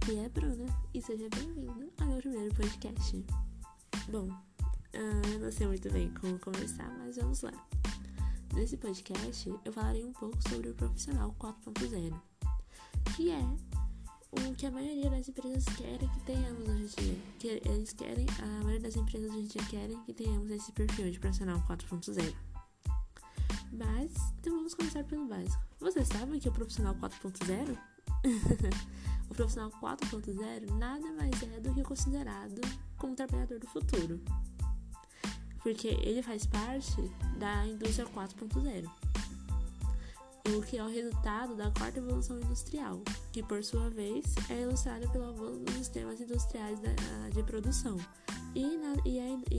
Aqui é a Bruna e seja bem-vindo ao meu primeiro podcast. Bom, eu não sei muito bem como começar, mas vamos lá. Nesse podcast eu falarei um pouco sobre o Profissional 4.0, que é o que a maioria das empresas querem que tenhamos hoje em dia. A maioria das empresas hoje em dia querem que tenhamos esse perfil de Profissional 4.0. Mas, então vamos começar pelo básico. Você sabe o que é o Profissional 4.0? O Profissional 4.0 nada mais é do que considerado como trabalhador do futuro, porque ele faz parte da indústria 4.0, o que é o resultado da quarta evolução industrial, que por sua vez é ilustrada pelo avanço dos sistemas industriais de produção e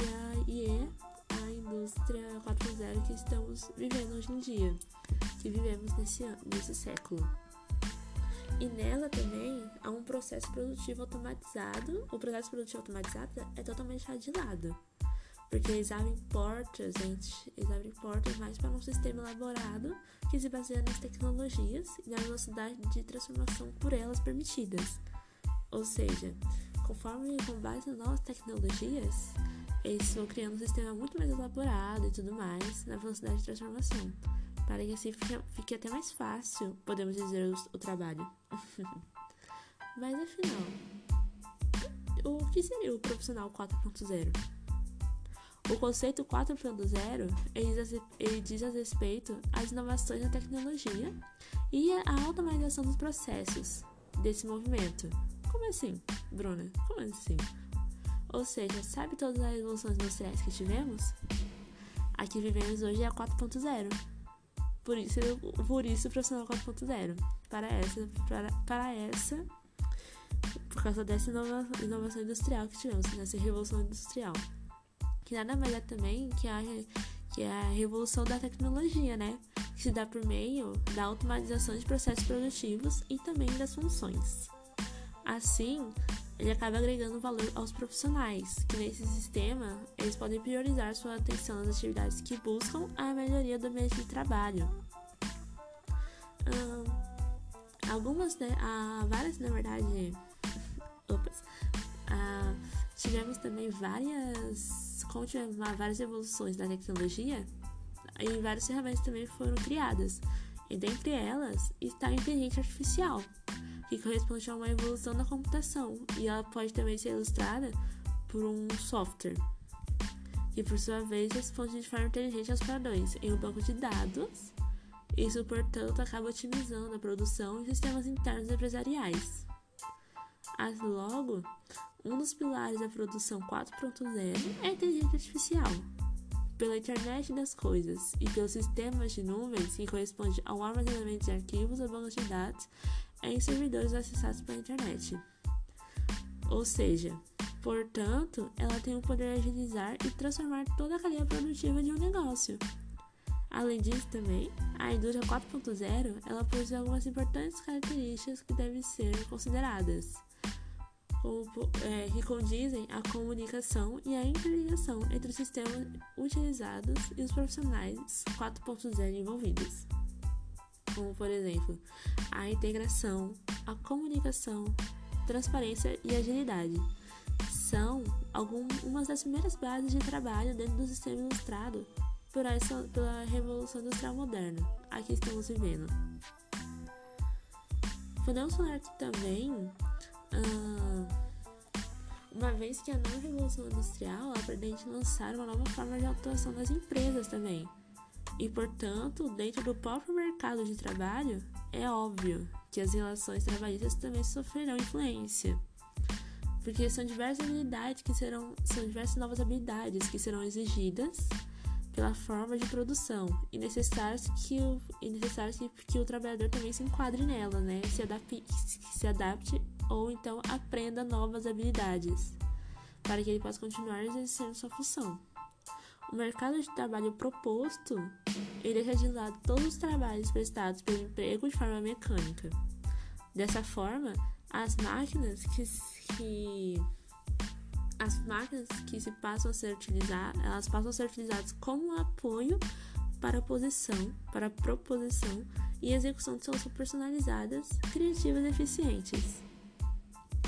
a indústria 4.0 que estamos vivendo hoje em dia, que vivemos nesse século. E nela também há um processo produtivo automatizado. O processo produtivo automatizado é totalmente de lado, porque eles abrem portas mais para um sistema elaborado que se baseia nas tecnologias e na velocidade de transformação por elas permitidas. Ou seja, com base nas novas tecnologias, eles vão criando um sistema muito mais elaborado e tudo mais, na velocidade de transformação, para que assim fique até mais fácil, podemos dizer, o trabalho. Mas afinal, o que seria o Profissional 4.0? O conceito 4.0 ele diz a respeito às inovações na tecnologia e à automatização dos processos desse movimento. Como assim, Bruna? Como assim? Ou seja, sabe todas as revoluções industriais que tivemos? A que vivemos hoje é a 4.0. Por isso o Profissional 4.0. Por causa dessa inovação industrial que tivemos, nessa revolução industrial. Que nada mais é também que a revolução da tecnologia, né? Que se dá por meio da automatização de processos produtivos e também das funções. Assim, ele acaba agregando valor aos profissionais, que nesse sistema eles podem priorizar sua atenção nas atividades que buscam a melhoria do ambiente de trabalho. Tivemos também várias evoluções da tecnologia e várias ferramentas também foram criadas. E dentre elas está a inteligência artificial, que corresponde a uma evolução da computação, e ela pode também ser ilustrada por um software, que por sua vez responde de forma inteligente aos padrões em um banco de dados. Isso, portanto, acaba otimizando a produção e sistemas internos empresariais. Logo, um dos pilares da produção 4.0 é a inteligência artificial. Pela internet das coisas e pelos sistemas de nuvens, que corresponde ao armazenamento de arquivos ou bancos de dados em servidores acessados pela internet. Ou seja, portanto, ela tem o poder de agilizar e transformar toda a cadeia produtiva de um negócio. Além disso também, a indústria 4.0 ela possui algumas importantes características que devem ser consideradas, que condizem a comunicação e a interligação entre os sistemas utilizados e os profissionais 4.0 envolvidos, como por exemplo, a integração, a comunicação, transparência e agilidade. São algumas das primeiras bases de trabalho dentro do sistema ilustrado pela Revolução Industrial Moderna, a que estamos vivendo. Podemos falar que também, uma vez que a nova Revolução Industrial ela pretende lançar uma nova forma de atuação das empresas também. E, portanto, dentro do próprio mercado de trabalho, é óbvio que as relações trabalhistas também sofrerão influência, porque são diversas novas habilidades que serão exigidas pela forma de produção e necessários que o trabalhador também se enquadre nela, né? Se adapte ou então aprenda novas habilidades para que ele possa continuar exercendo sua função. O mercado de trabalho proposto, ele deixa de lado todos os trabalhos prestados pelo emprego de forma mecânica. Dessa forma, as máquinas que passam a ser utilizadas como apoio para a proposição e execução de soluções personalizadas, criativas e eficientes.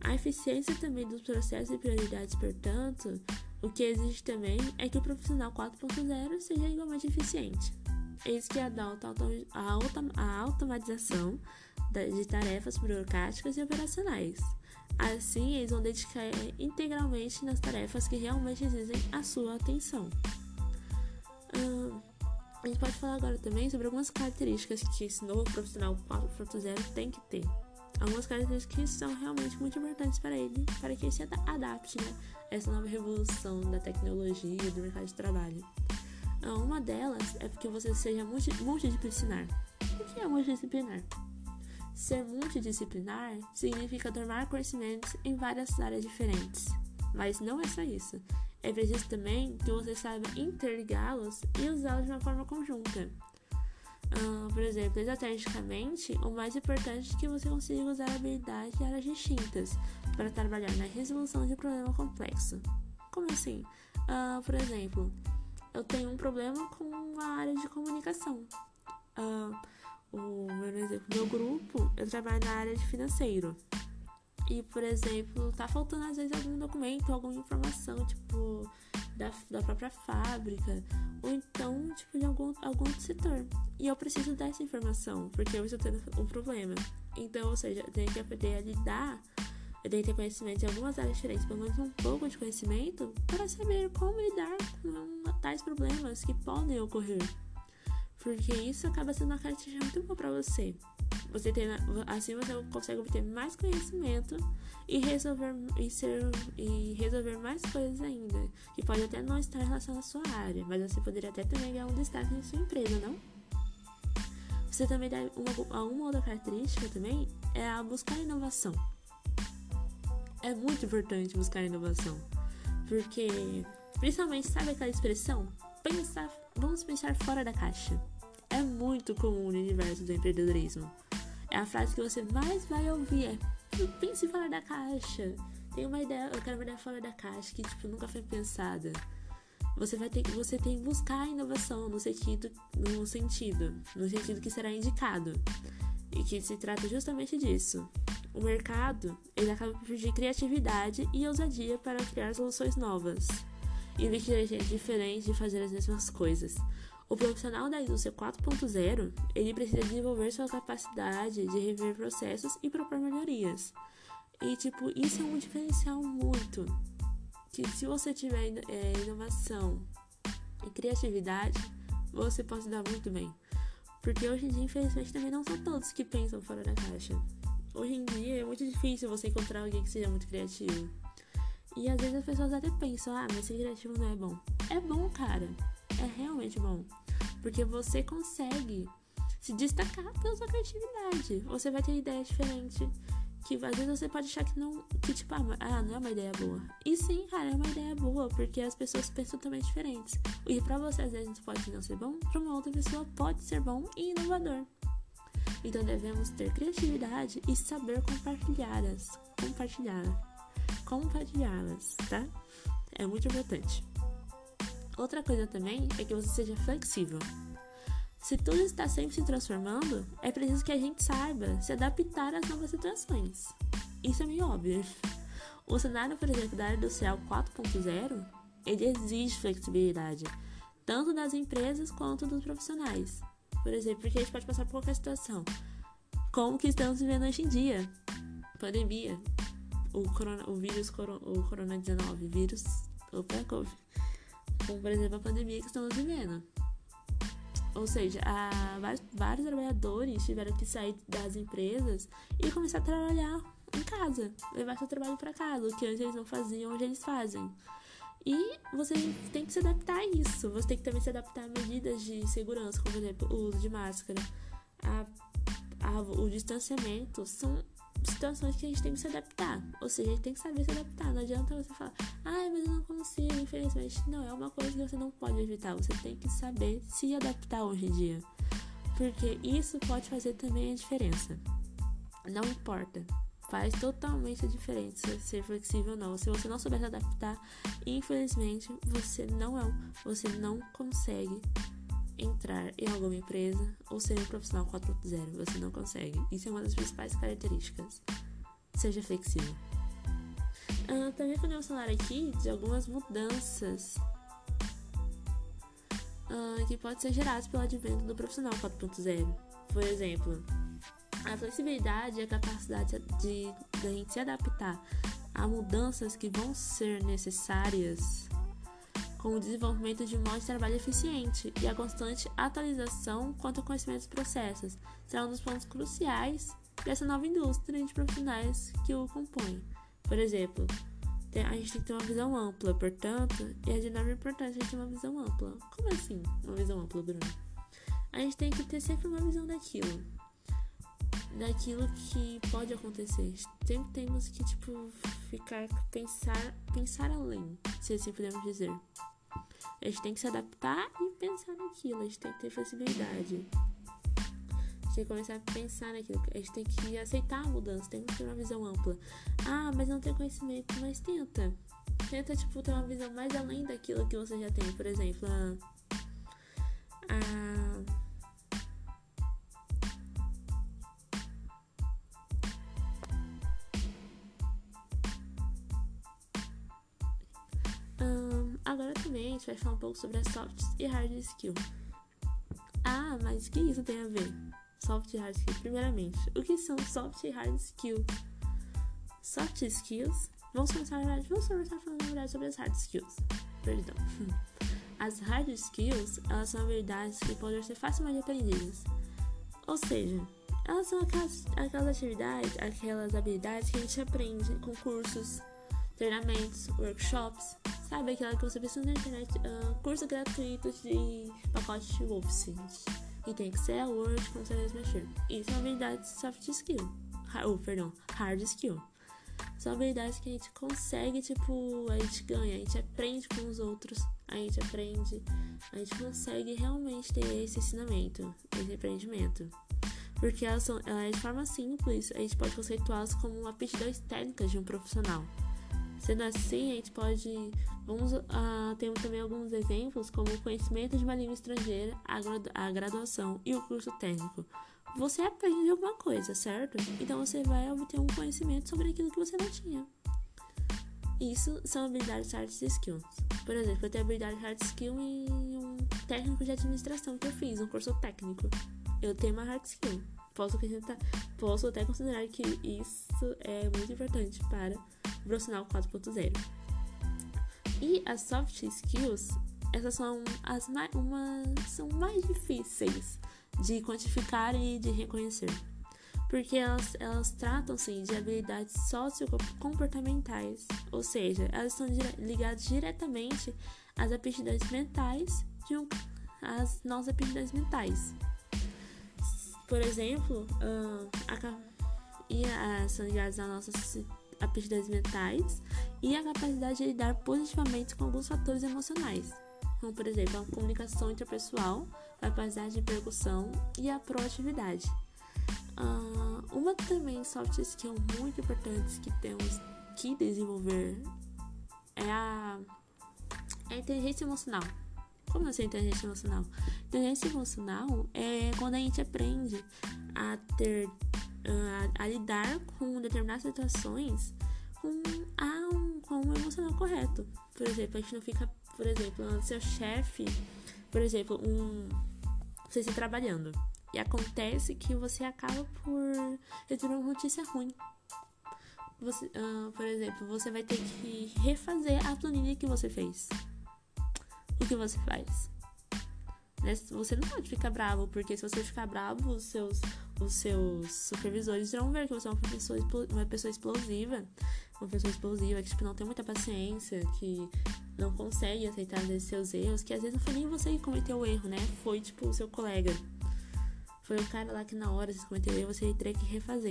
A eficiência também dos processos e prioridades, portanto, o que exige também é que o profissional 4.0 seja igualmente eficiente. Eis que adota a automatização de tarefas burocráticas e operacionais. Assim, eles vão dedicar integralmente nas tarefas que realmente exigem a sua atenção. A gente pode falar agora também sobre algumas características que esse novo profissional 4.0 tem que ter. Algumas características que são realmente muito importantes para ele, para que ele se adapte, né, a essa nova revolução da tecnologia e do mercado de trabalho. Uma delas é porque você seja multidisciplinar. O que é multidisciplinar? Ser multidisciplinar significa tomar conhecimentos em várias áreas diferentes. Mas não é só isso. É preciso também que você saiba interligá-los e usá-los de uma forma conjunta. Por exemplo, estrategicamente, o mais importante é que você consiga usar habilidades de áreas distintas para trabalhar na resolução de um problema complexo. Como assim? Por exemplo, eu tenho um problema com a área de comunicação. Meu grupo, eu trabalho na área de financeiro. E, por exemplo, tá faltando às vezes algum documento, alguma informação, tipo, da própria fábrica, ou então, tipo, de algum outro setor. E eu preciso dessa informação, porque eu estou tendo um problema. Então, ou seja, eu tenho que aprender a lidar, eu tenho que ter conhecimento em algumas áreas diferentes, pelo menos um pouco de conhecimento, para saber como lidar com tais problemas que podem ocorrer. Porque isso acaba sendo uma característica muito boa para você. Assim você consegue obter mais conhecimento e resolver mais coisas ainda, que pode até não estar em relação à sua área, mas você poderia até também ganhar um destaque em sua empresa, não? Você também dá uma outra característica também é a buscar inovação. É muito importante buscar inovação, porque principalmente, sabe aquela expressão? Vamos pensar fora da caixa. É muito comum no universo do empreendedorismo. É a frase que você mais vai ouvir, pense fora da caixa. Eu quero uma ideia fora da caixa que nunca foi pensada. Você tem que buscar a inovação no sentido que será indicado. E que se trata justamente disso. O mercado, ele acaba por pedir criatividade e ousadia para criar soluções novas. Investir em gente diferente de fazer as mesmas coisas. O profissional da indústria 4.0, ele precisa desenvolver sua capacidade de rever processos e propor melhorias. E, isso é um diferencial muito. Que se você tiver inovação e criatividade, você pode se dar muito bem. Porque hoje em dia, infelizmente, também não são todos que pensam fora da caixa. Hoje em dia, é muito difícil você encontrar alguém que seja muito criativo. E às vezes as pessoas até pensam, mas ser criativo não é bom. É bom, cara. É realmente bom. Porque você consegue se destacar pela sua criatividade. Você vai ter ideias diferentes. Que às vezes você pode achar que não é uma ideia boa. E sim, cara, é uma ideia boa. Porque as pessoas pensam também diferentes. E pra você às vezes pode não ser bom. Pra uma outra pessoa pode ser bom e inovador. Então devemos ter criatividade e saber compartilhá-las, tá? É muito importante. Outra coisa também é que você seja flexível. Se tudo está sempre se transformando, é preciso que a gente saiba se adaptar às novas situações. Isso é meio óbvio. O cenário, por exemplo, da área industrial 4.0, ele exige flexibilidade, tanto das empresas quanto dos profissionais. Por exemplo, porque a gente pode passar por qualquer situação. Como que estamos vivendo hoje em dia? Pandemia. O Corona-19, Covid. Como, por exemplo, a pandemia que estamos vivendo. Ou seja, vários trabalhadores tiveram que sair das empresas e começar a trabalhar em casa. Levar seu trabalho para casa, o que antes eles não faziam, hoje eles fazem. E você tem que se adaptar a isso. Você tem que também se adaptar a medidas de segurança, como, por exemplo, o uso de máscara, o distanciamento. São situações que a gente tem que se adaptar. Ou seja, a gente tem que saber se adaptar. Não adianta você falar, mas eu não consigo, infelizmente. Não, é uma coisa que você não pode evitar. Você tem que saber se adaptar hoje em dia. Porque isso pode fazer também a diferença. Não importa. Faz totalmente a diferença ser flexível ou não. Se você não souber se adaptar, infelizmente, você não consegue entrar em alguma empresa ou ser um profissional 4.0. Você não consegue. Isso é uma das principais características. Seja flexível. Também podemos falar aqui de algumas mudanças que podem ser geradas pelo advento do profissional 4.0. Por exemplo, a flexibilidade e a capacidade de a gente se adaptar a mudanças que vão ser necessárias com o desenvolvimento de um modo de trabalho eficiente e a constante atualização quanto ao conhecimento dos processos será um dos pontos cruciais dessa nova indústria de profissionais que o compõem. Por exemplo, a gente tem que ter uma visão ampla, portanto, e é de enorme importância a gente ter uma visão ampla. Como assim uma visão ampla, Bruno? A gente tem que ter sempre uma visão daquilo que pode acontecer. Sempre temos que, pensar além, se assim podemos dizer. A gente tem que se adaptar e pensar naquilo, a gente tem que ter flexibilidade. A gente tem que começar a pensar naquilo, a gente tem que aceitar a mudança, tem que ter uma visão ampla. Mas não tem conhecimento, mas tenta, ter uma visão mais além daquilo que você já tem. Por exemplo, agora também a gente vai falar um pouco sobre as soft e hard skills. Mas o que isso tem a ver? Soft e hard skills. Primeiramente, o que são soft e hard skills? Soft skills, vamos começar falando na verdade sobre as hard skills. Perdão. As hard skills, elas são habilidades que podem ser facilmente aprendidas. Ou seja, elas são aquelas habilidades que a gente aprende com cursos, treinamentos, workshops, sabe? Aquela que você precisa na internet, cursos gratuitos de pacote de Office, que tem Excel, Word, como você deve mexer. Isso é uma habilidade de soft skill. Hard skill. São habilidades que a gente consegue, a gente ganha, a gente aprende com os outros, a gente consegue realmente ter esse ensinamento, esse aprendimento. Porque elas de forma simples, a gente pode conceituá-las como aptidões técnicas de um profissional. Sendo assim, a gente pode... Temos também alguns exemplos, como o conhecimento de uma língua estrangeira, a graduação e o curso técnico. Você aprende alguma coisa, certo? Então você vai obter um conhecimento sobre aquilo que você não tinha. Isso são habilidades hard skills. Por exemplo, eu tenho habilidade hard skill em um técnico de administração que eu fiz, um curso técnico. Eu tenho uma hard skill. Posso até considerar que isso é muito importante para o profissional 4.0. E as soft skills, essas são são mais difíceis de quantificar e de reconhecer, porque elas tratam-se de habilidades sociocomportamentais, ou seja, elas estão ligadas diretamente às aptidões mentais, às nossas aptidões mentais. Por exemplo, são ligadas às nossas aptidões mentais e a capacidade de lidar positivamente com alguns fatores emocionais, como, por exemplo, a comunicação interpessoal, a capacidade de percussão e a proatividade. Uma também soft skill muito importante que temos que desenvolver é a inteligência emocional. Como assim inteligência emocional? Inteligência emocional é quando a gente aprende a lidar com determinadas situações com um emocional correto. Por exemplo, a gente não fica, seu chefe, você está trabalhando e acontece que você acaba por receber uma notícia ruim. Você vai ter que refazer a planilha que você fez. O que você faz? Você não pode ficar bravo, porque se você ficar bravo, os seus supervisores vão ver que você é uma pessoa explosiva. Uma pessoa explosiva que não tem muita paciência, que não consegue aceitar seus erros, que às vezes não foi nem você que cometeu o erro, né? Foi o seu colega. Foi o cara lá que na hora você cometeu o erro, você teria que refazer.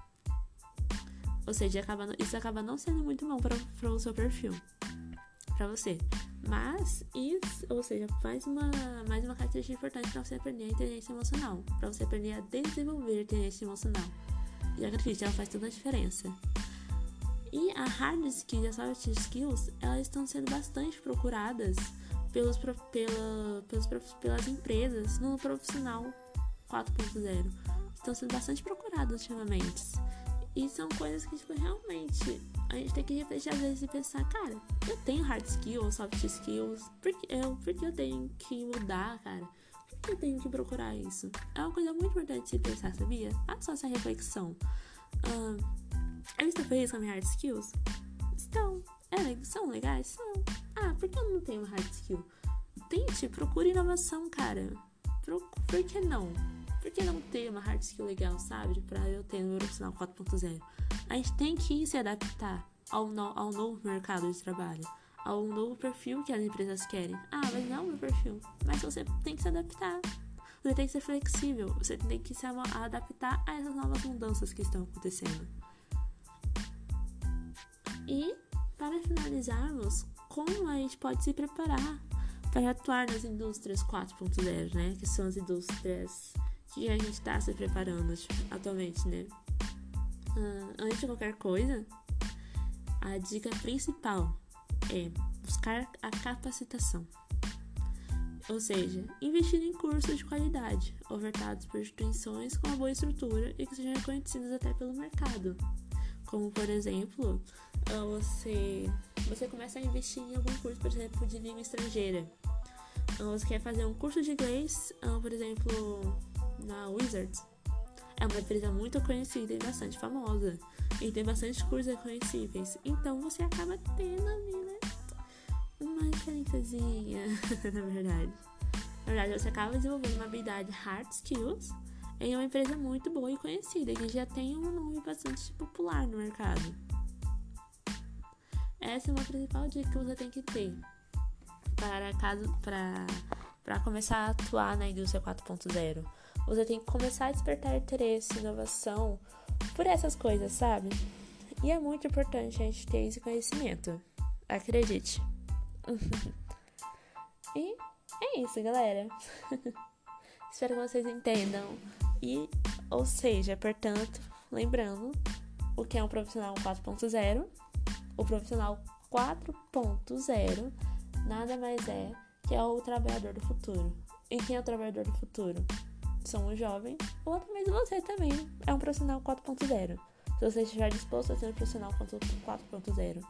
Ou seja, isso acaba não sendo muito bom para o seu perfil, para você. Mas isso, ou seja, mais uma característica importante para você aprender a inteligência emocional, para você aprender a desenvolver a inteligência emocional. E acredite, ela faz toda a diferença. E a hard skills e as soft skills, elas estão sendo bastante procuradas pelas empresas no profissional 4.0. Estão sendo bastante procuradas ultimamente. E são coisas que realmente a gente tem que refletir às vezes e pensar, cara, eu tenho hard skills, soft skills, por que eu tenho que mudar, cara? Por que eu tenho que procurar isso? É uma coisa muito importante de se pensar, sabia? Faça só essa reflexão. Eu estou feliz com a minha hard skills? Estão. São legais? São. Por que eu não tenho hard skill? Tente, procure inovação, cara. Por que não? Por que não ter uma hard skill legal, sabe? Pra eu ter no meu profissional 4.0. A gente tem que se adaptar ao novo mercado de trabalho, ao novo perfil que as empresas querem. Mas não é o meu perfil. Mas você tem que se adaptar. Você tem que ser flexível. Você tem que se adaptar a essas novas mudanças que estão acontecendo. E, para finalizarmos, como a gente pode se preparar para atuar nas indústrias 4.0, né? Que são as indústrias que a gente está se preparando atualmente, né? Antes de qualquer coisa, a dica principal é buscar a capacitação. Ou seja, investir em cursos de qualidade, ofertados por instituições com uma boa estrutura e que sejam reconhecidos até pelo mercado. Como, por exemplo, você começa a investir em algum curso, por exemplo, de língua estrangeira. Você quer fazer um curso de inglês, por exemplo, na Wizards. É uma empresa muito conhecida e bastante famosa. E tem bastante cursos reconhecíveis. Então, você acaba tendo ali, né, uma diferençazinha, na verdade. Na verdade, você acaba desenvolvendo uma habilidade hard skills em uma empresa muito boa e conhecida, que já tem um nome bastante popular no mercado. Essa é uma principal dica que você tem que ter para começar a atuar na indústria 4.0. Você tem que começar a despertar interesse, inovação por essas coisas, sabe? E é muito importante a gente ter esse conhecimento. Acredite. E é isso, galera. Espero que vocês entendam. Ou seja, portanto, lembrando o que é um profissional 4.0. O profissional 4.0 nada mais é que é o trabalhador do futuro. E quem é o trabalhador do futuro? São os jovens, ou até mesmo você também é um profissional 4.0. Se você estiver disposto a ser um profissional 4.0.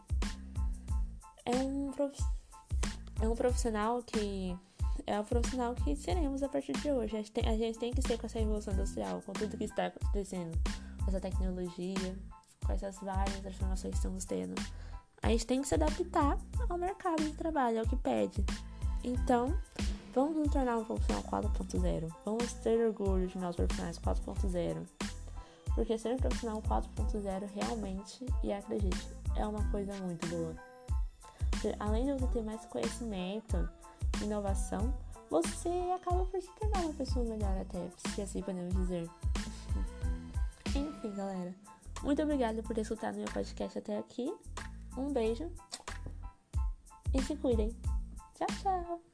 É um profissional que seremos a partir de hoje. A gente tem que ser com essa revolução industrial, com tudo que está acontecendo, com essa tecnologia, com essas várias transformações que estamos tendo. A gente tem que se adaptar ao mercado de trabalho, ao que pede. Então, vamos nos tornar um profissional 4.0. Vamos ter orgulho de nós profissionais 4.0. Porque ser um profissional 4.0 realmente, e acredite, é uma coisa muito boa. Além de você ter mais conhecimento, inovação, você acaba por se tornar uma pessoa melhor até, se assim podemos dizer. Enfim, galera. Muito obrigada por ter escutado meu podcast até aqui. Um beijo. E se cuidem. Tchau, tchau.